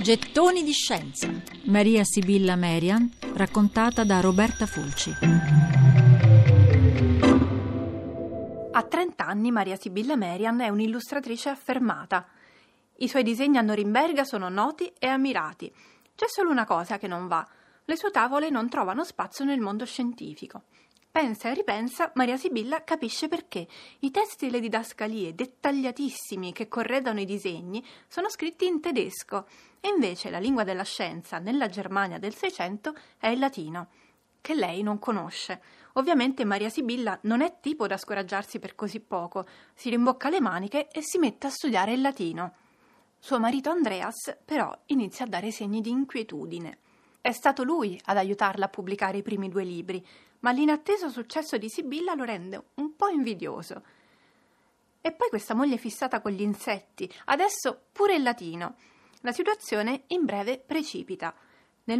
Gettoni di scienza. Maria Sibilla Merian, raccontata da Roberta Fulci. A 30 anni Maria Sibilla Merian è un'illustratrice affermata. I suoi disegni a Norimberga sono noti e ammirati. C'è solo una cosa che non va: le sue tavole non trovano spazio nel mondo scientifico. Pensa e ripensa, Maria Sibilla capisce perché. I testi e le didascalie dettagliatissimi che corredano i disegni sono scritti in tedesco, e invece la lingua della scienza nella Germania del Seicento è il latino, che lei non conosce. Ovviamente Maria Sibilla non è tipo da scoraggiarsi per così poco, si rimbocca le maniche e si mette a studiare il latino. Suo marito Andreas però inizia a dare segni di inquietudine. È stato lui ad aiutarla a pubblicare i primi 2 libri, ma l'inatteso successo di Sibilla lo rende un po' invidioso. E poi questa moglie fissata con gli insetti, adesso pure il latino. La situazione in breve precipita. Nel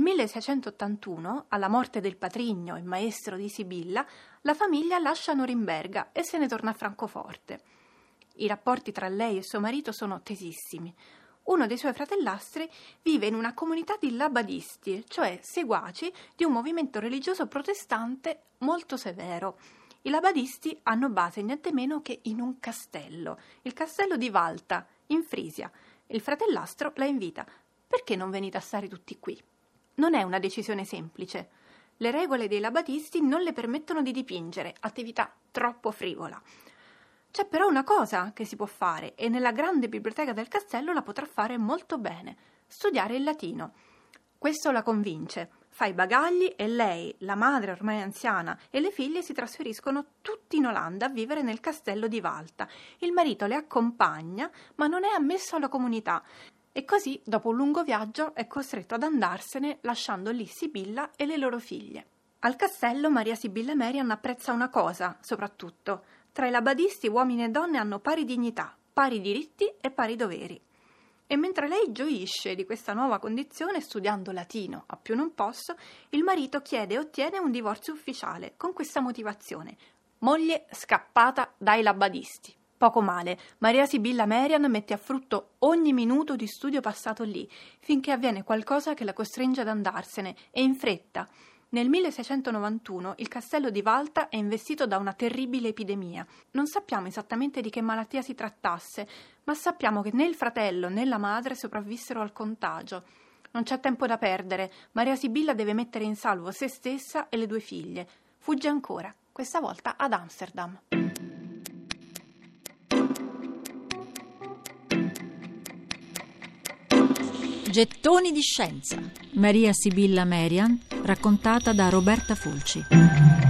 1681, alla morte del patrigno e maestro di Sibilla, la famiglia lascia Norimberga e se ne torna a Francoforte. I rapporti tra lei e suo marito sono tesissimi. Uno dei suoi fratellastri vive in una comunità di labadisti, cioè seguaci di un movimento religioso protestante molto severo. I labadisti hanno base niente meno che in un castello, il castello di Valta, in Frisia. Il fratellastro la invita: perché non venite a stare tutti qui? Non è una decisione semplice. Le regole dei labadisti non le permettono di dipingere, attività troppo frivola. C'è però una cosa che si può fare, e nella grande biblioteca del castello la potrà fare molto bene: studiare il latino. Questo la convince. Fa i bagagli e lei, la madre ormai anziana e le figlie si trasferiscono tutti in Olanda a vivere nel castello di Valta. Il marito le accompagna, ma non è ammesso alla comunità. E così, dopo un lungo viaggio, è costretto ad andarsene, lasciando lì Sibilla e le loro figlie. Al castello Maria Sibilla Merian apprezza una cosa, soprattutto: tra i labadisti uomini e donne hanno pari dignità, pari diritti e pari doveri. E mentre lei gioisce di questa nuova condizione studiando latino a più non posso, il marito chiede e ottiene un divorzio ufficiale con questa motivazione: moglie scappata dai labadisti. Poco male, Maria Sibilla Merian mette a frutto ogni minuto di studio passato lì, finché avviene qualcosa che la costringe ad andarsene, e in fretta. Nel 1691 il castello di Valta è investito da una terribile epidemia. Non sappiamo esattamente di che malattia si trattasse, ma sappiamo che né il fratello né la madre sopravvissero al contagio. Non c'è tempo da perdere. Maria Sibilla deve mettere in salvo se stessa e le 2 figlie. Fugge ancora, questa volta ad Amsterdam. Gettoni di scienza. Maria Sibilla Merian, raccontata da Roberta Fulci.